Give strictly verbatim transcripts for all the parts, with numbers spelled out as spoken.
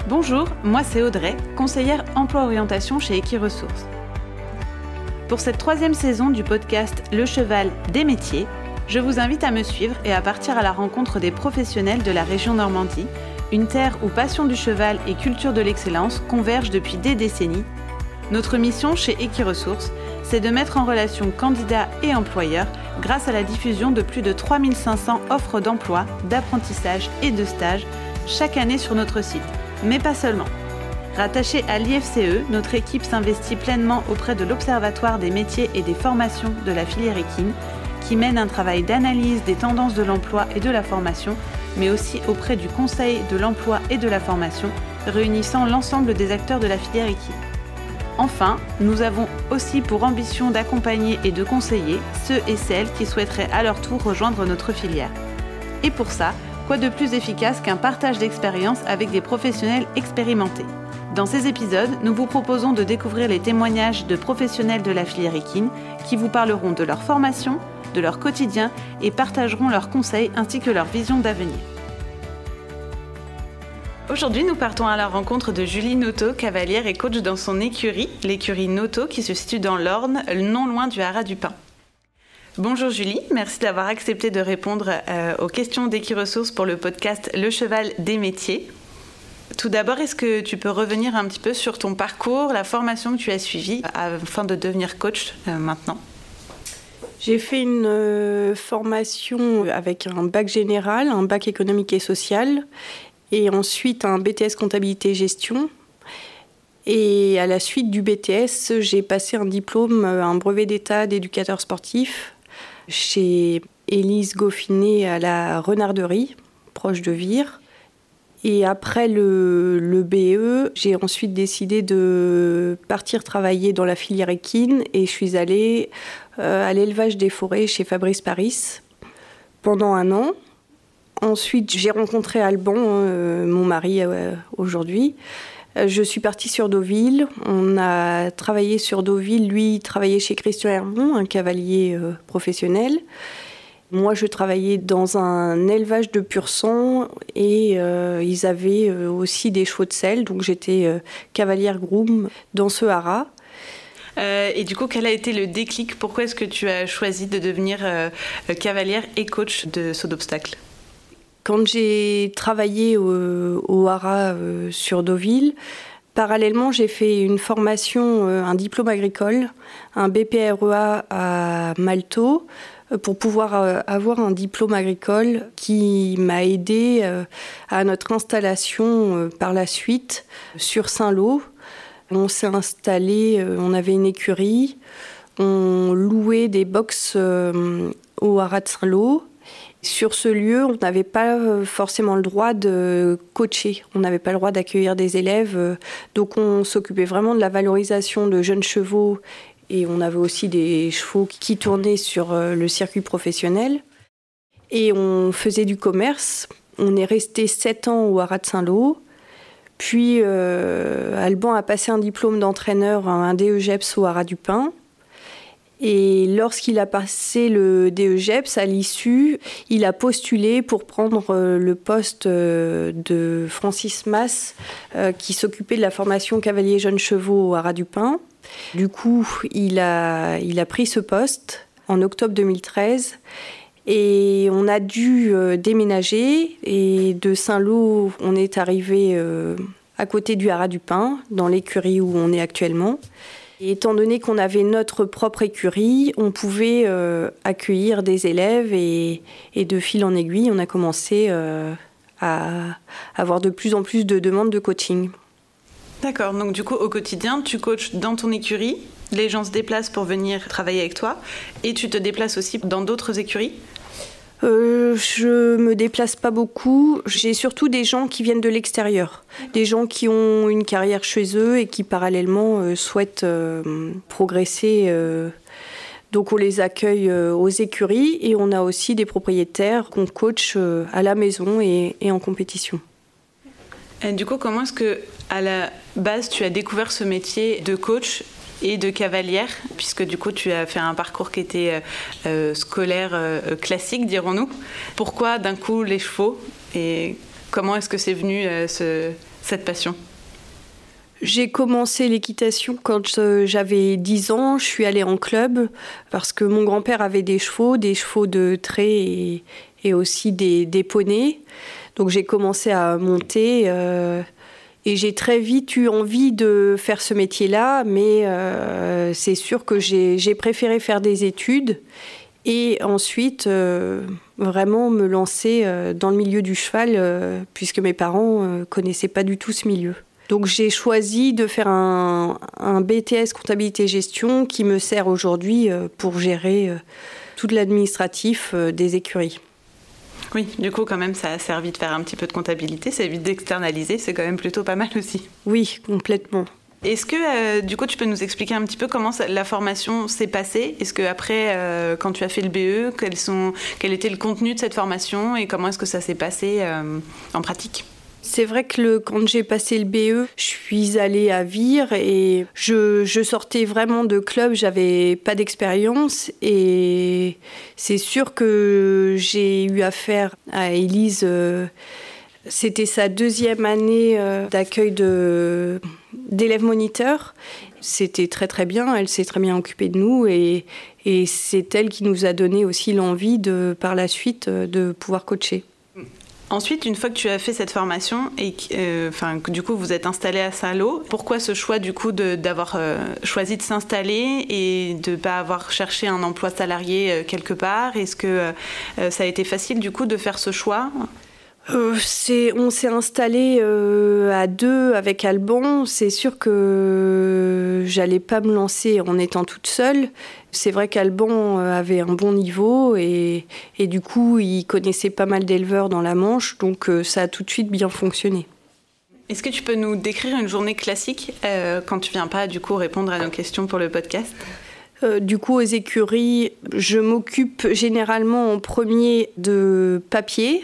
Bonjour, moi c'est Audrey, conseillère emploi-orientation chez Equiresources. Pour cette troisième saison du podcast Le Cheval des métiers, je vous invite à me suivre et à partir à la rencontre des professionnels de la région Normandie, une terre où passion du cheval et culture de l'excellence convergent depuis des décennies. Notre mission chez Equiresources, c'est de mettre en relation candidats et employeurs grâce à la diffusion de plus de trois mille cinq cents offres d'emploi, d'apprentissage et de stage chaque année sur notre site. Mais pas seulement. Rattachée à l'I F C E, notre équipe s'investit pleinement auprès de l'Observatoire des métiers et des formations de la filière équine, qui mène un travail d'analyse des tendances de l'emploi et de la formation, mais aussi auprès du Conseil de l'emploi et de la formation, réunissant l'ensemble des acteurs de la filière équine. Enfin, nous avons aussi pour ambition d'accompagner et de conseiller ceux et celles qui souhaiteraient à leur tour rejoindre notre filière. Et pour ça, quoi de plus efficace qu'un partage d'expérience avec des professionnels expérimentés ? Dans ces épisodes, nous vous proposons de découvrir les témoignages de professionnels de la filière équine qui vous parleront de leur formation, de leur quotidien et partageront leurs conseils ainsi que leur vision d'avenir. Aujourd'hui, nous partons à la rencontre de Julie Noto, cavalière et coach dans son écurie, l'écurie Noto qui se situe dans l'Orne, non loin du Haras du Pin. Bonjour Julie, merci d'avoir accepté de répondre euh, aux questions d'Equiresources pour le podcast Le Cheval des métiers. Tout d'abord, est-ce que tu peux revenir un petit peu sur ton parcours, la formation que tu as suivie afin de devenir coach euh, maintenant ? J'ai fait une euh, formation avec un bac général, un bac économique et social, et ensuite un B T S comptabilité et gestion. Et à la suite du B T S, j'ai passé un diplôme, un brevet d'état d'éducateur sportif chez Élise Goffinet à la Renarderie, proche de Vire. Et après le, le B E, j'ai ensuite décidé de partir travailler dans la filière équine et je suis allée euh, à l'élevage des forêts chez Fabrice Paris pendant un an. Ensuite, j'ai rencontré Alban, euh, mon mari euh, aujourd'hui. Je suis partie sur Deauville. On a travaillé sur Deauville. Lui, il travaillait chez Christian Hermont, un cavalier euh, professionnel. Moi, je travaillais dans un élevage de pur sang et euh, ils avaient euh, aussi des chevaux de selle. Donc, j'étais euh, cavalière groom dans ce haras. Euh, et du coup, quel a été le déclic ? Pourquoi est-ce que tu as choisi de devenir euh, cavalière et coach de saut d'obstacle ? Quand j'ai travaillé au, au haras euh, sur Deauville, parallèlement, j'ai fait une formation, euh, un diplôme agricole, un B P R E A à Malto, euh, pour pouvoir euh, avoir un diplôme agricole qui m'a aidé euh, à notre installation euh, par la suite sur Saint-Lô. On s'est installé, euh, on avait une écurie, on louait des box euh, au haras de Saint-Lô. Sur ce lieu, on n'avait pas forcément le droit de coacher, on n'avait pas le droit d'accueillir des élèves, donc on s'occupait vraiment de la valorisation de jeunes chevaux et on avait aussi des chevaux qui tournaient sur le circuit professionnel. Et on faisait du commerce, on est resté sept ans au haras de Saint-Lô, puis euh, Alban a passé un diplôme d'entraîneur, un D E G E P S au Haras du Pin. Et lorsqu'il a passé le D E G E P S, à l'issue, il a postulé pour prendre le poste de Francis Mas, qui s'occupait de la formation cavalier jeunes chevaux au Haras du Pin. Du coup, il a, il a pris ce poste en octobre deux mille treize. Et on a dû déménager. Et de Saint-Lô, on est arrivé à côté du Haras du Pin, dans l'écurie où on est actuellement. Et étant donné qu'on avait notre propre écurie, on pouvait euh, accueillir des élèves et, et de fil en aiguille, on a commencé euh, à avoir de plus en plus de demandes de coaching. D'accord, donc du coup au quotidien, tu coaches dans ton écurie, les gens se déplacent pour venir travailler avec toi et tu te déplaces aussi dans d'autres écuries ? Euh, je me déplace pas beaucoup. J'ai surtout des gens qui viennent de l'extérieur, des gens qui ont une carrière chez eux et qui parallèlement euh, souhaitent euh, progresser. Euh, donc on les accueille euh, aux écuries et on a aussi des propriétaires qu'on coach euh, à la maison et, et en compétition. Et du coup, comment est-ce que à la base tu as découvert ce métier de coach et de cavalière, puisque du coup tu as fait un parcours qui était euh, scolaire euh, classique, dirons-nous. Pourquoi d'un coup les chevaux et comment est-ce que c'est venu euh, ce, cette passion ? J'ai commencé l'équitation quand euh, j'avais dix ans. Je suis allée en club parce que mon grand-père avait des chevaux, des chevaux de trait et, et aussi des, des poneys. Donc j'ai commencé à monter euh, et j'ai très vite eu envie de faire ce métier-là, mais euh, c'est sûr que j'ai, j'ai préféré faire des études et ensuite euh, vraiment me lancer euh, dans le milieu du cheval euh, puisque mes parents ne euh, connaissaient pas du tout ce milieu. Donc j'ai choisi de faire un, un B T S comptabilité-gestion qui me sert aujourd'hui pour gérer tout l'administratif des écuries. Oui, du coup quand même ça a servi de faire un petit peu de comptabilité, ça évite d'externaliser, c'est quand même plutôt pas mal aussi. Oui, complètement. Est-ce que euh, du coup tu peux nous expliquer un petit peu comment ça, la formation s'est passée ? Est-ce que après euh, quand tu as fait le B E, quels sont, quel était le contenu de cette formation et comment est-ce que ça s'est passé euh, en pratique ? C'est vrai que le, quand j'ai passé le B E, je suis allée à Vire et je, je sortais vraiment de club, j'avais pas d'expérience et c'est sûr que j'ai eu affaire à Élise. Euh, c'était sa deuxième année euh, d'accueil de, d'élèves moniteurs. C'était très très bien, elle s'est très bien occupée de nous et, et c'est elle qui nous a donné aussi l'envie de, par la suite de pouvoir coacher. Ensuite, une fois que tu as fait cette formation et que, euh, enfin, que du coup vous êtes installé à Saint-Lô, pourquoi ce choix du coup de, d'avoir euh, choisi de s'installer et de ne pas avoir cherché un emploi salarié euh, quelque part ? Est-ce que euh, ça a été facile du coup de faire ce choix ? Euh, c'est, on s'est installé euh, à deux avec Alban. C'est sûr que j'allais pas me lancer en étant toute seule. C'est vrai qu'Alban avait un bon niveau et, et du coup, il connaissait pas mal d'éleveurs dans la Manche, donc euh, ça a tout de suite bien fonctionné. Est-ce que tu peux nous décrire une journée classique euh, quand tu viens pas du coup répondre à nos questions pour le podcast ? Euh, du coup, aux écuries, je m'occupe généralement en premier de papier.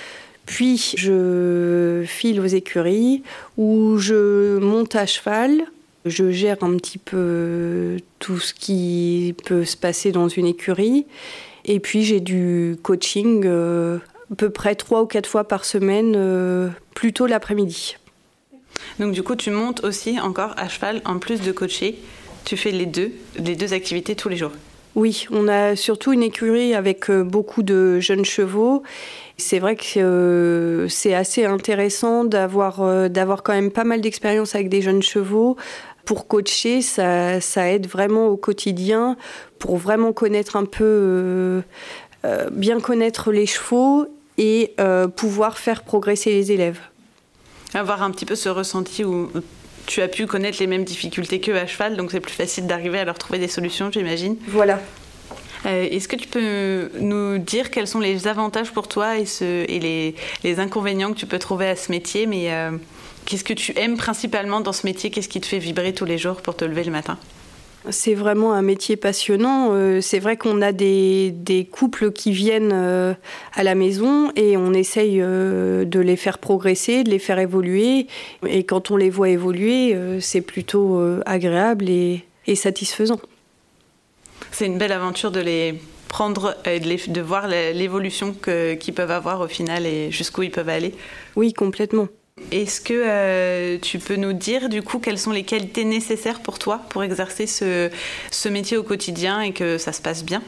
Puis, je file aux écuries où je monte à cheval. Je gère un petit peu tout ce qui peut se passer dans une écurie. Et puis, j'ai du coaching euh, à peu près trois ou quatre fois par semaine, euh, plutôt l'après-midi. Donc, du coup, tu montes aussi encore à cheval en plus de coacher. Tu fais les deux, les deux activités tous les jours. Oui, on a surtout une écurie avec beaucoup de jeunes chevaux. C'est vrai que euh, c'est assez intéressant d'avoir, euh, d'avoir quand même pas mal d'expérience avec des jeunes chevaux. Pour coacher, ça, ça aide vraiment au quotidien, pour vraiment connaître un peu, euh, euh, bien connaître les chevaux et euh, pouvoir faire progresser les élèves. Avoir un petit peu ce ressenti où tu as pu connaître les mêmes difficultés qu'eux à cheval, donc c'est plus facile d'arriver à leur trouver des solutions, j'imagine. Voilà. Euh, est-ce que tu peux nous dire quels sont les avantages pour toi et, ce, et les, les inconvénients que tu peux trouver à ce métier, mais euh, qu'est-ce que tu aimes principalement dans ce métier ? Qu'est-ce qui te fait vibrer tous les jours pour te lever le matin ? C'est vraiment un métier passionnant. Euh, c'est vrai qu'on a des, des couples qui viennent euh, à la maison et on essaye euh, de les faire progresser, de les faire évoluer. Et quand on les voit évoluer, euh, c'est plutôt euh, agréable et, et satisfaisant. C'est une belle aventure de les prendre et de, les, de voir l'évolution que, qu'ils peuvent avoir au final et jusqu'où ils peuvent aller. Oui, complètement. Est-ce que euh, tu peux nous dire du coup quelles sont les qualités nécessaires pour toi pour exercer ce, ce métier au quotidien et que ça se passe bien ?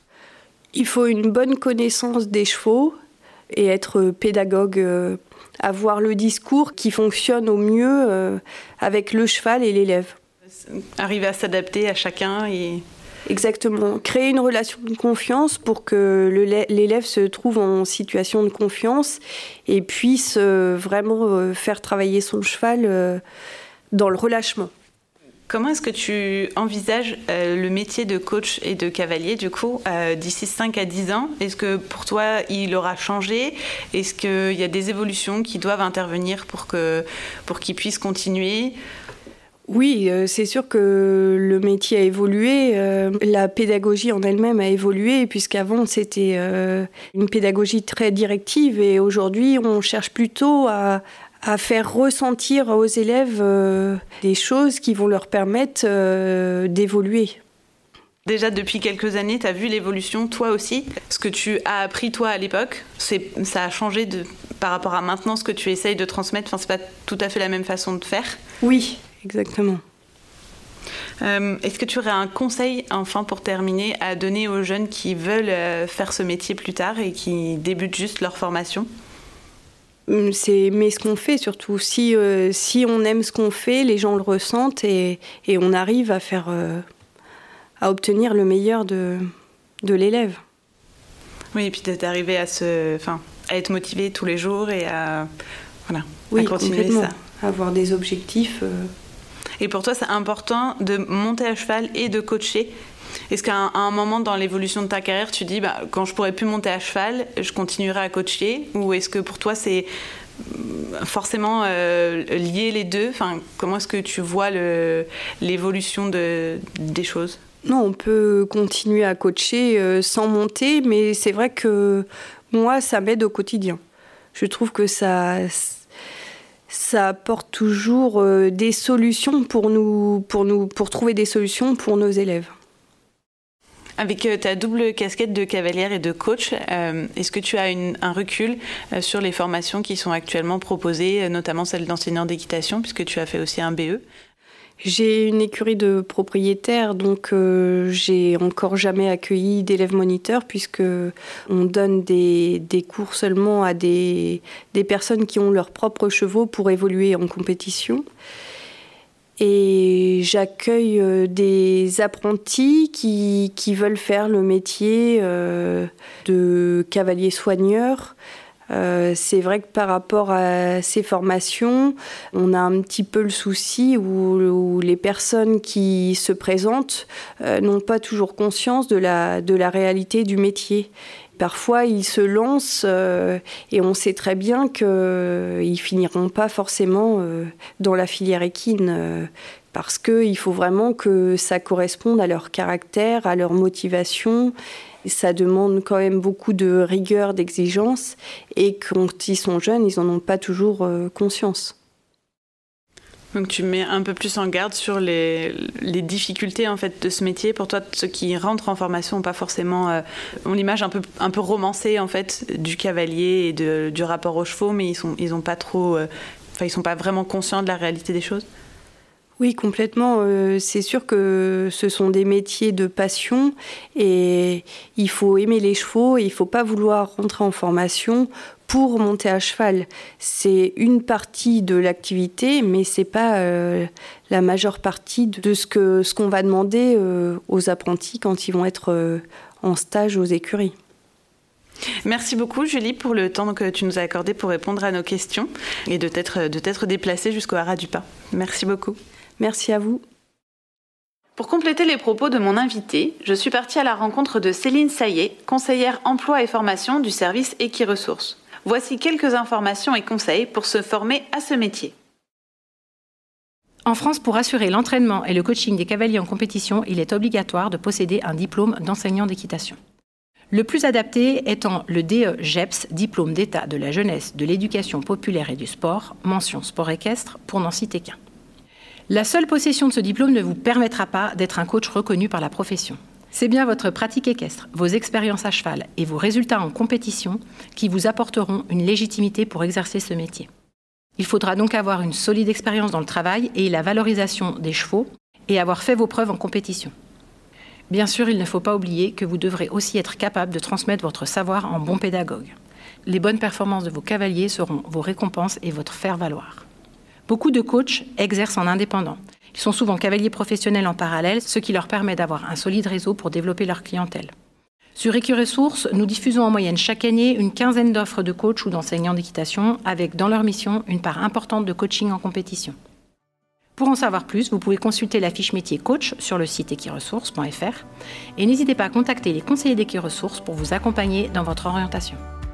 Il faut une bonne connaissance des chevaux et être pédagogue, euh, avoir le discours qui fonctionne au mieux euh, avec le cheval et l'élève. Arriver à s'adapter à chacun et... Exactement. Créer une relation de confiance pour que le, l'élève se trouve en situation de confiance et puisse euh, vraiment euh, faire travailler son cheval euh, dans le relâchement. Comment est-ce que tu envisages euh, le métier de coach et de cavalier du coup euh, d'ici cinq à dix ans ? Est-ce que pour toi il aura changé ? Est-ce qu'il y a des évolutions qui doivent intervenir pour, que, pour qu'il puisse continuer ? Oui, euh, c'est sûr que le métier a évolué, euh, la pédagogie en elle-même a évolué, puisqu'avant c'était euh, une pédagogie très directive et aujourd'hui on cherche plutôt à, à faire ressentir aux élèves euh, des choses qui vont leur permettre euh, d'évoluer. Déjà depuis quelques années, tu as vu l'évolution toi aussi. Ce que tu as appris toi à l'époque, c'est, ça a changé de, par rapport à maintenant ce que tu essayes de transmettre, enfin, c'est pas tout à fait la même façon de faire. Oui, exactement. Euh, est-ce que tu aurais un conseil, enfin pour terminer, à donner aux jeunes qui veulent euh, faire ce métier plus tard et qui débutent juste leur formation ? C'est aimer ce qu'on fait surtout. Si, euh, si on aime ce qu'on fait, les gens le ressentent et, et on arrive à faire, euh, à obtenir le meilleur de, de l'élève. Oui, et puis d'arriver à se, enfin, à être motivé tous les jours et à, voilà, oui, à continuer complètement. ça. Avoir des objectifs. Euh... Et pour toi, c'est important de monter à cheval et de coacher. Est-ce qu'à un, à un moment dans l'évolution de ta carrière, tu dis, bah, quand je pourrai plus monter à cheval, je continuerai à coacher ? Ou est-ce que pour toi, c'est forcément euh, lié les deux ? Enfin, comment est-ce que tu vois le, l'évolution de, des choses ? Non, on peut continuer à coacher euh, sans monter, mais c'est vrai que moi, ça m'aide au quotidien. Je trouve que ça... ça apporte toujours euh, des solutions pour nous, pour nous, pour trouver des solutions pour nos élèves. Avec euh, ta double casquette de cavalière et de coach, euh, est-ce que tu as une, un recul euh, sur les formations qui sont actuellement proposées, euh, notamment celle d'enseignant d'équitation, puisque tu as fait aussi un B E ? J'ai une écurie de propriétaires, donc euh, j'ai encore jamais accueilli d'élèves moniteurs puisque on donne des, des cours seulement à des, des personnes qui ont leurs propres chevaux pour évoluer en compétition. Et j'accueille euh, des apprentis qui, qui veulent faire le métier euh, de cavalier soigneur. Euh, c'est vrai que par rapport à ces formations, on a un petit peu le souci où, où les personnes qui se présentent euh, n'ont pas toujours conscience de la, de la réalité du métier. Parfois, ils se lancent euh, et on sait très bien qu'ils ne finiront pas forcément euh, dans la filière équine euh, parce qu'il faut vraiment que ça corresponde à leur caractère, à leur motivation. Ça demande quand même beaucoup de rigueur, d'exigence et quand ils sont jeunes, ils n'en ont pas toujours euh, conscience. Donc tu mets un peu plus en garde sur les, les difficultés en fait, de ce métier. Pour toi, ceux qui rentrent en formation n'ont pas forcément euh, ont l'image un peu, un peu romancée en fait, du cavalier et de, du rapport aux chevaux, mais ils sont, ils ont pas trop, euh, enfin, ils sont pas vraiment conscients de la réalité des choses. Oui, complètement. Euh, c'est sûr que ce sont des métiers de passion et il faut aimer les chevaux et il ne faut pas vouloir rentrer en formation pour monter à cheval. C'est une partie de l'activité, mais ce n'est pas euh, la majeure partie de ce, que, ce qu'on va demander euh, aux apprentis quand ils vont être euh, en stage aux écuries. Merci beaucoup Julie pour le temps que tu nous as accordé pour répondre à nos questions et de t'être, de t'être déplacée jusqu'au Haras du Pin. Merci beaucoup. Merci à vous. Pour compléter les propos de mon invité, je suis partie à la rencontre de Céline Saillet, conseillère emploi et formation du service Equiresources. Voici quelques informations et conseils pour se former à ce métier. En France, pour assurer l'entraînement et le coaching des cavaliers en compétition, il est obligatoire de posséder un diplôme d'enseignant d'équitation. Le plus adapté étant le D E G E P S, diplôme d'État de la jeunesse, de l'éducation populaire et du sport, mention sport équestre, pour n'en citer qu'un. La seule possession de ce diplôme ne vous permettra pas d'être un coach reconnu par la profession. C'est bien votre pratique équestre, vos expériences à cheval et vos résultats en compétition qui vous apporteront une légitimité pour exercer ce métier. Il faudra donc avoir une solide expérience dans le travail et la valorisation des chevaux et avoir fait vos preuves en compétition. Bien sûr, il ne faut pas oublier que vous devrez aussi être capable de transmettre votre savoir en bon pédagogue. Les bonnes performances de vos cavaliers seront vos récompenses et votre faire-valoir. Beaucoup de coachs exercent en indépendant. Ils sont souvent cavaliers professionnels en parallèle, ce qui leur permet d'avoir un solide réseau pour développer leur clientèle. Sur Equiresources, nous diffusons en moyenne chaque année une quinzaine d'offres de coachs ou d'enseignants d'équitation avec dans leur mission une part importante de coaching en compétition. Pour en savoir plus, vous pouvez consulter la fiche métier coach sur le site equiresources point f r et n'hésitez pas à contacter les conseillers d'Equiresources pour vous accompagner dans votre orientation.